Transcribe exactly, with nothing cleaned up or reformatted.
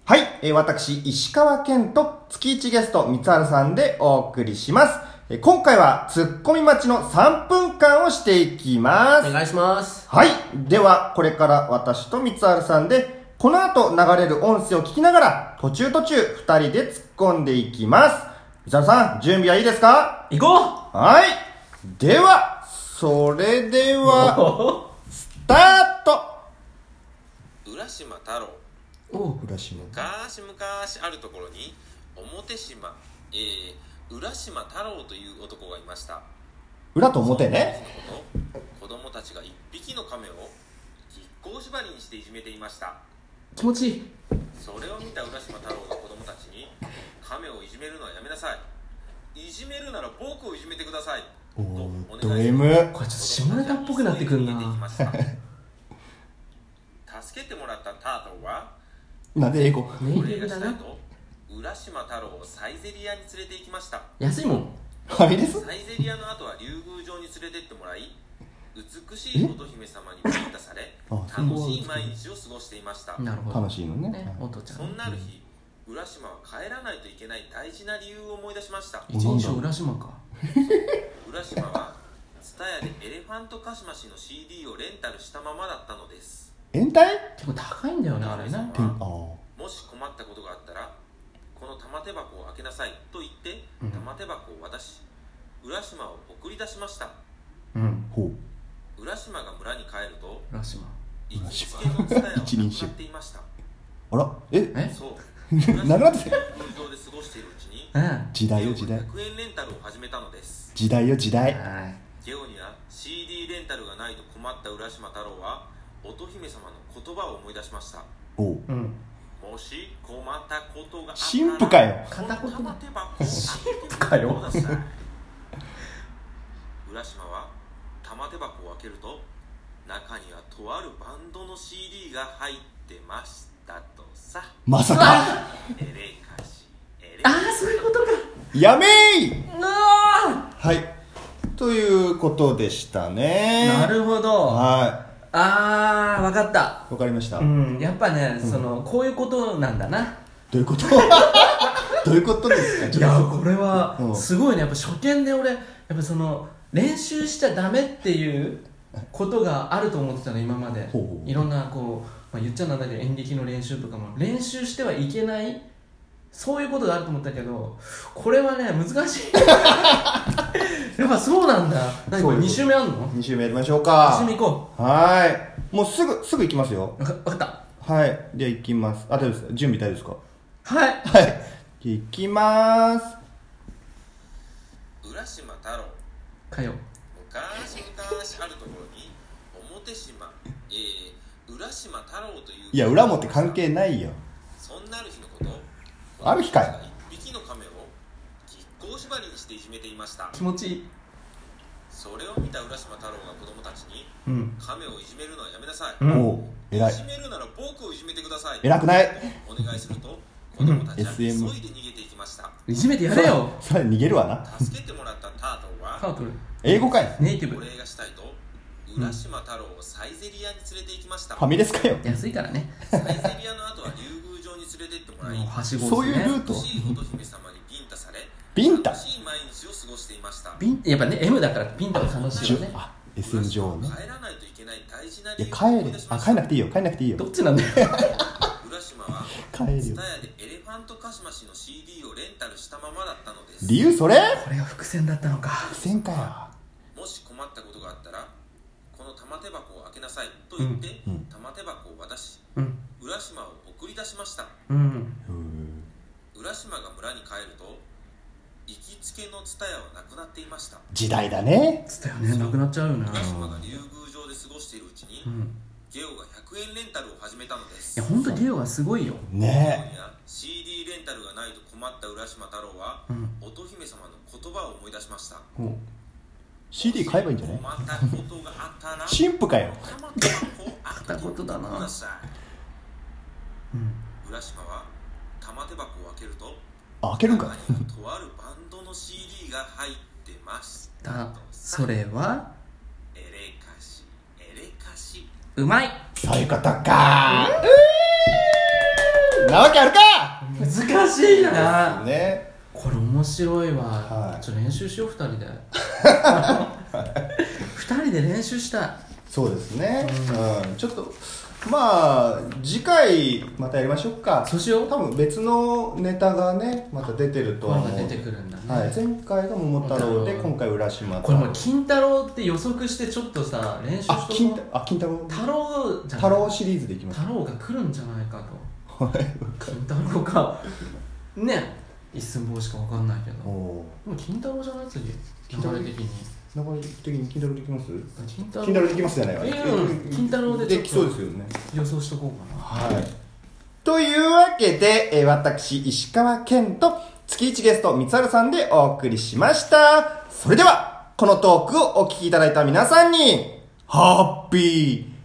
はい、えー、私、石川県と月いちゲスト、三春さんでお送りします。えー、今回は、ツッコミ待ちのさんぷんかんをしていきます。 お願いします。 はい。では、これから私と三春さんで、この後流れる音声を聞きながら、途中途中、二人で突っ込んでいきます。三春さん、準備はいいですか？ 行こう。 はい。では、それでは、スタート。 浦島太郎。 お浦島。 昔々あるところに表島、えー、浦島太郎という男がいました。 裏と表ね。 子供たちが一匹の亀を亀甲縛りにしていじめていました。 気持ちいい。 それを見た浦島太郎が子供たちに、亀をいじめるのはやめなさい、いじめるなら僕をいじめてくださいとお願いします。 これちょっと下ネタっぽくなってくるな。 助けてもらったタートルはなんで英語？ ネイティブだな。 浦島太郎をサイゼリアに連れて行きました。 安いもん。 ファミレス？ サイゼリアの後は竜宮城に連れてってもらい、美しい乙姫様にビンタされ、楽しい毎日を過ごしていました。 なるほど。 楽しいのね。 ね、お父ちゃん。 そんなある日、浦島は帰らないといけない大事な理由を思い出しました。 一人称浦島か。 浦島はツタヤでエレファントカシマシの シーディー をレンタルしたままだったのです。 延滞？ 結構高いんだよね、あれね。 もし困ったことがあったら、この玉手箱を開けなさいと言って玉手箱を渡し、浦島を送り出しました。 うん。 ほう。浦島が村に帰ると、 浦島行きつけのツタヤをなくなっていました。 あら、え？ え？ そう。 なくなってた。 空上で過ごしているうちに、 時代よ時代。 ひゃくえんレンタルを始めたのです。 時代よ時代。 ゲオには シーディー レンタルがないと困った浦島太郎は乙姫様の言葉を思い出しました。 おう。 うん。 もし困ったことがあったら、 神父かよ。 片言だ。 玉手箱を神父かよ。 浦島は玉手箱を開けると、中にはとあるバンドの シーディー が入ってましたとさ。 まさか。 エレカシエレカシ。 ああ、そういうことか。 やめー。 なあ。 はい。ということでしたね。 なるほど。 はい。 あー、わかった。 わかりました。 うん、やっぱね、その、こういうことなんだな。 どういうことどういうことですか？ いや、これはすごいね。やっぱ初見で俺やっぱその練習しちゃダメっていうことがあると思ってたの、今まで。 ほうほう。 いろんなこう、まあ、言っちゃなんだけど演劇の練習とかも練習してはいけない、そういうことがあると思ったけど、これはね難しいやっぱそうなんだ。何これに週目あんの？ に週目やりましょうか。 に週目行こう。はーい。もうすぐすぐ行きますよ。 わか分かった。 はい。では行きます。あ、大丈夫ですか？準備大丈夫ですか？ はいはい。行きまーす。 浦島太郎。 かよ。 昔々あるところに表島、えー、浦島太郎という。 いや、裏もって関係ないよ。 そんなある日のこと、 ある日かい。 一匹の亀を亀甲縛りにしていじめていました。 気持ちいい。 それを見た浦島太郎が子供たちに、 うん、 亀をいじめるのはやめなさい、 うん、 お偉い。 いじめるなら僕をいじめてください、 偉くない。 お願いすると子供たちは急いで逃げていきました。 いじめてやれよ。 それ逃げるわな。 助けてもらったタートルはタートル英語かい。 ネイティブ。 お礼がしたいと浦島太郎をサイゼリアに連れて行きました。 ファミレスかよ。 安いからね。 サイゼリアの後は竜宮城に連れてってもらい、 はしごそういうルート。 美しい乙姫様にビンタされ、 ビンタ。 楽しい毎日を過ごしていました。 ビンやっぱね エム だからビンタは楽しいよね。 あ、エスエム 女王ね。 帰らないといけない大事な理由。いや帰れ。あ、帰んなくていいよ。帰んなくていいよ。 どっちなんだよ。 浦島は帰るよ。 ツタヤでエレファントカシマシの シーディー をレンタルしたままだったのです。 理由それ？ これが伏線だったのか。 伏線かよ。もし困ったことがあったら、この玉手箱を開けなさいと言って、うん、玉手箱を渡し、うん、浦島を送り出しました。うん、浦島が村に帰ると行きつけのツタヤはなくなっていました。 時代だね。 ツタヤね、なくなっちゃうよね。 浦島が竜宮城で過ごしているうちに、うん、ゲオがひゃくえんレンタルを始めたのです。 いや、ほんとゲオはすごいよね。 ゲオには シーディー レンタルがないと困った浦島太郎は、うん、乙姫様の言葉を思い出しました。うん、シーディー 買えばいいんじゃない？ 神父かよ。 片言だな。うん、 浦島は玉手箱を開けると、 あ、開けるんか。 とあるバンドの シーディー が入ってました。 それはエレカシエレカシ。 うまい。 そういうことか。 なわけあるか。 難しいなね。 これ面白いわ、 はい、 ちょっと練習しようふたりでふたりで練習したい。 そうですね、うんうん、ちょっとまあ次回またやりましょうか。 そうしよう。 多分別のネタがねまた出てると思う。 出てくるんだね、 はい、前回が桃太郎で今回浦島。 これもう金太郎って予測してちょっとさ練習しとこう。 あ金あ金太郎太郎じゃ太郎シリーズでいきます。 太郎が来るんじゃないかと。 はい、 金太郎かね、一寸法しか分かんないけど。でも金太郎じゃない次流れ的に。 流れ的に金太郎できます？ 金太郎金太郎できますじゃないわ。 えー、金太郎でちょっとできそうですよね。 予想しとこうかな。 はい。というわけで、えー、私石川健と月一ゲスト三春さんでお送りしました。それではこのトークをお聞きいただいた皆さんにハッピー